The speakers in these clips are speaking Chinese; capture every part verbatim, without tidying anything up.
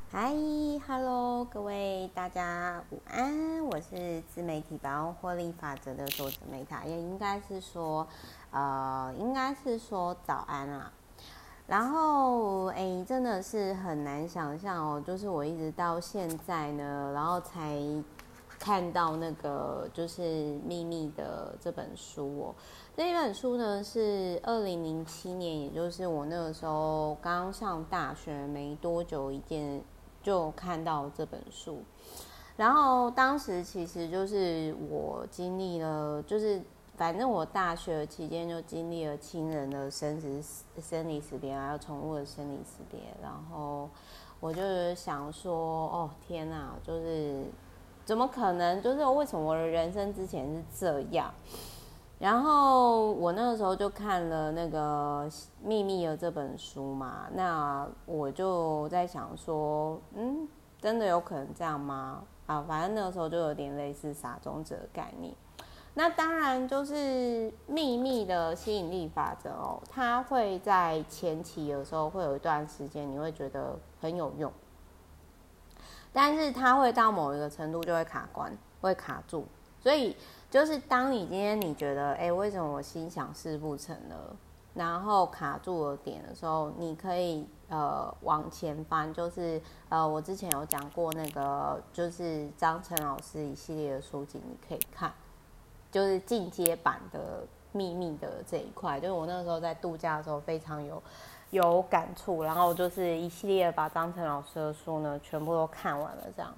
嗨，Hello，各位大家午安，我是自媒体百万获利法则的作者梅塔，也应该是说，呃，应该是说早安啊。然后，哎，真的是很难想象哦，就是我一直到现在呢，然后才看到那个就是《秘密》的这本书哦。这一本书呢是二零零七年，也就是我那个时候刚上大学没多久一件就看到这本书。然后当时其实就是我经历了，就是反正我大学期间就经历了亲人的生死生离死别，还有宠物的生离死别。然后我就想说，哦天哪，就是怎么可能？就是为什么我的人生之前是这样？然后我那个时候就看了那个《秘密》的这本书嘛，那我就在想说，嗯，真的有可能这样吗？啊，反正那个时候就有点类似撒种者的概念。那当然就是秘密的吸引力法则哦，它会在前期的时候会有一段时间你会觉得很有用，但是它会到某一个程度就会卡关，会卡住。所以就是当你今天你觉得，哎，为什么我心想事不成了，然后卡住了点的时候，你可以呃往前翻，就是呃我之前有讲过那个，就是张晨老师一系列的书籍，你可以看，就是进阶版的秘密的这一块，就是我那个时候在度假的时候非常有有感触，然后就是一系列把张晨老师的书呢全部都看完了，这样。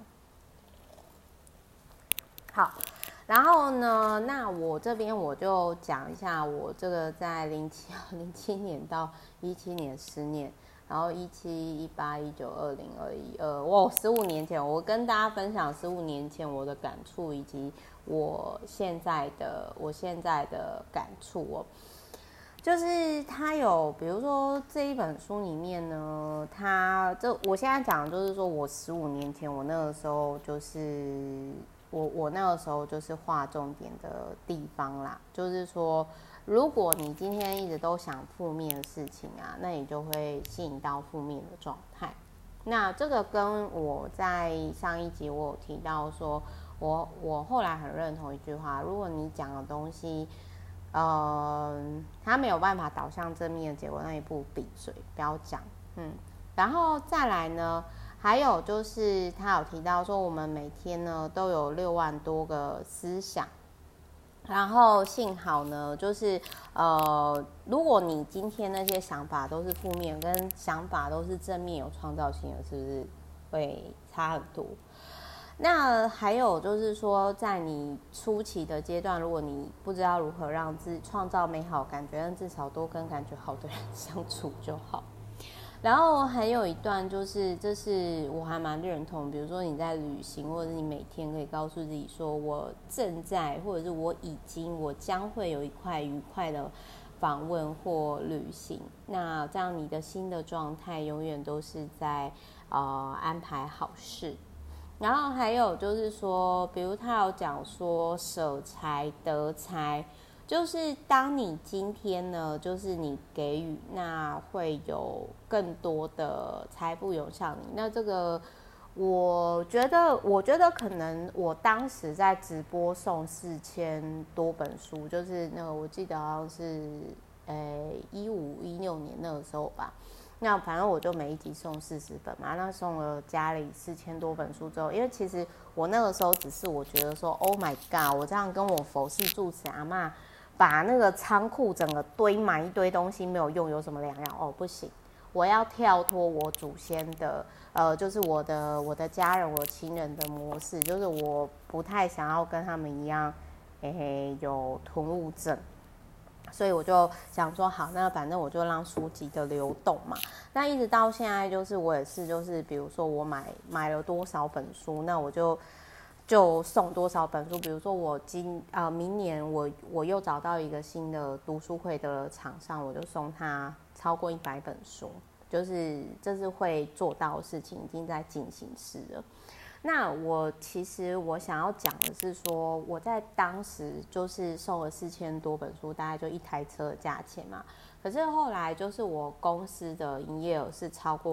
好，然后呢，那我这边我就讲一下我这个在零七零七年到一七年十年，然后一七一八一九二零二一二，哇，十五年前，我跟大家分享十五年前我的感触，以及我现在的我现在的感触哦。就是他有，比如说这一本书里面呢，他这我现在讲的就是说我十五年前我那个时候就是我我那个时候就是划重点的地方啦，就是说如果你今天一直都想负面的事情啊，那你就会吸引到负面的状态。那这个跟我在上一集我有提到说，我我后来很认同一句话，如果你讲的东西呃，他没有办法导向正面的结果，那一步闭嘴，不要讲。嗯，然后再来呢，还有就是他有提到说，我们每天呢都有六万多个思想，然后幸好呢，就是呃，如果你今天那些想法都是负面，跟想法都是正面有创造性的，是不是会差很多？那还有就是说，在你初期的阶段，如果你不知道如何让自己创造美好感觉，但至少多跟感觉好的人相处就好。然后还有一段就是，这是我还蛮认同，比如说你在旅行，或者是你每天可以告诉自己说，我正在，或者是我已经，我将会有一块愉快的访问或旅行。那这样你的新的状态永远都是在呃安排好事。然后还有就是说，比如他有讲说舍财得财，就是当你今天呢，就是你给予，那会有更多的财富涌向你。那这个我觉得，我觉得可能我当时在直播送四千多本书，就是那个我记得好像是呃一五一六年那个时候吧。那反正我就每一集送四十本嘛，那送了家里四千多本书之后，因为其实我那个时候只是我觉得说 ，Oh my god， 我这样跟我佛系住持阿嬷把那个仓库整个堆满一堆东西没有用，有什么两样？哦，不行，我要跳脱我祖先的，呃，就是我的我的家人、我亲人的模式，就是我不太想要跟他们一样，嘿嘿，有囤物症。所以我就想说，好，那反正我就让书籍的流动嘛。那一直到现在，就是我也是，就是比如说我买买了多少本书，那我就就送多少本书。比如说我今呃明年我我又找到一个新的读书会的厂商，我就送他超过一百本书，就是这是会做到的事情，已经在进行式了。那我其实我想要讲的是说，我在当时就是送了四千多本书，大概就一台车的价钱嘛。可是后来就是我公司的营业额是超过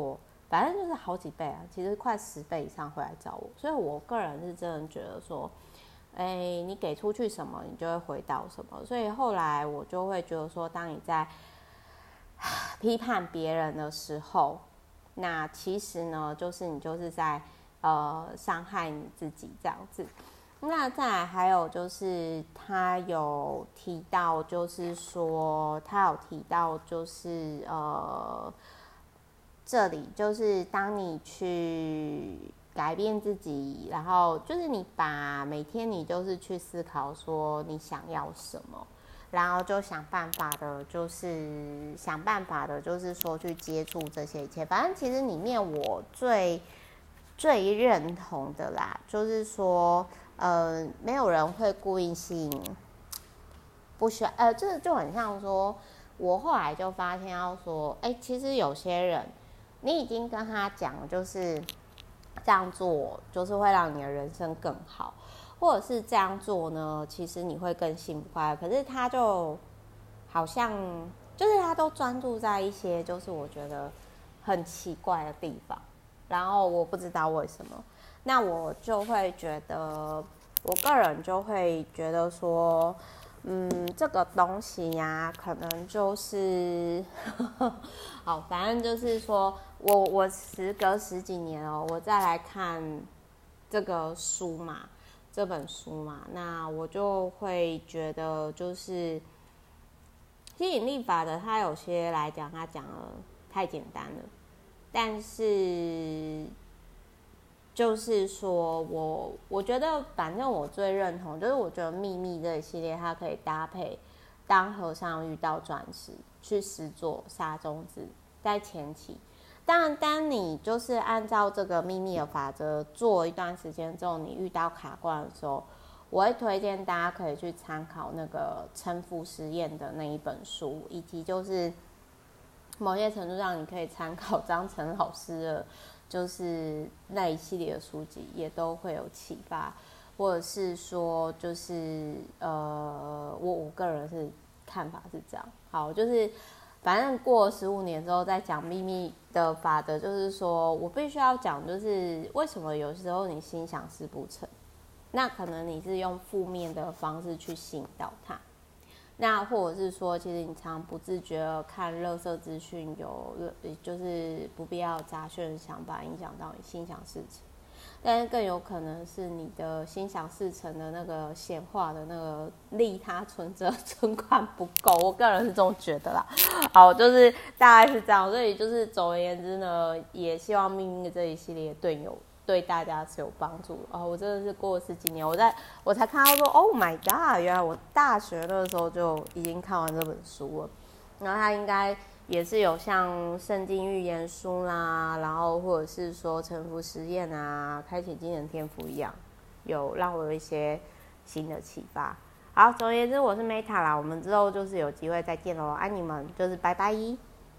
反正就是好几倍啊，其实快十倍以上会来找我，所以我个人是真的觉得说，哎，你给出去什么，你就会回到什么。所以后来我就会觉得说，当你在批判别人的时候，那其实呢，就是你就是在呃伤害你自己这样子。那再来还有就是他有提到，就是说他有提到就是呃这里就是当你去改变自己，然后就是你把每天你就是去思考说你想要什么，然后就想办法的，就是想办法的，就是说去接触这些一切。反正其实里面我最最认同的啦，就是说。呃，没有人会故意吸引不需要，呃，这就很像说，我后来就发现要说，哎，其实有些人，你已经跟他讲，就是这样做，就是会让你的人生更好，或者是这样做呢，其实你会更幸福快乐。可是他就好像，就是他都专注在一些，就是我觉得很奇怪的地方，然后我不知道为什么。那我就会觉得，我个人就会觉得说，嗯，这个东西呀、啊，可能就是好，反正就是说我我时隔十几年哦，我再来看这个书嘛，这本书嘛，那我就会觉得就是吸引力法则，它有些来讲，它讲的太简单了，但是。就是说我我觉得反正我最认同就是我觉得秘密这一系列它可以搭配当和尚遇到钻石去实作杀种子，在前期当然当你就是按照这个秘密的法则做一段时间之后，你遇到卡关的时候，我会推荐大家可以去参考那个沉浮实验的那一本书，以及就是某些程度上你可以参考张晨老师的就是那一系列的书籍也都会有启发，或者是说就是呃，我我个人是看法是这样。好，就是反正过了十五年之后再讲秘密的法则，就是说我必须要讲，就是为什么有时候你心想事不成，那可能你是用负面的方式去吸引到它。那或者是说，其实你常不自觉地看垃圾资讯，有就是不必要杂讯的想法影响到你心想事成，但是更有可能是你的心想事成的那个显化的那个利他存折存款不够，我个人是这么觉得啦。好，就是大概是这样，所以就是总而言之呢，也希望秘密这一系列对有。对大家是有帮助哦！我真的是过了十几年，我在我才看到说 ，Oh my god！ 原来我大学那时候就已经看完这本书了。然后它应该也是有像圣经预言书啦，然后或者是说沉浮实验啊、开启惊人天赋一样，有让我有一些新的启发。好，总而言之，我是 Meta 啦，我们之后就是有机会再见喽，爱你们，就是拜拜。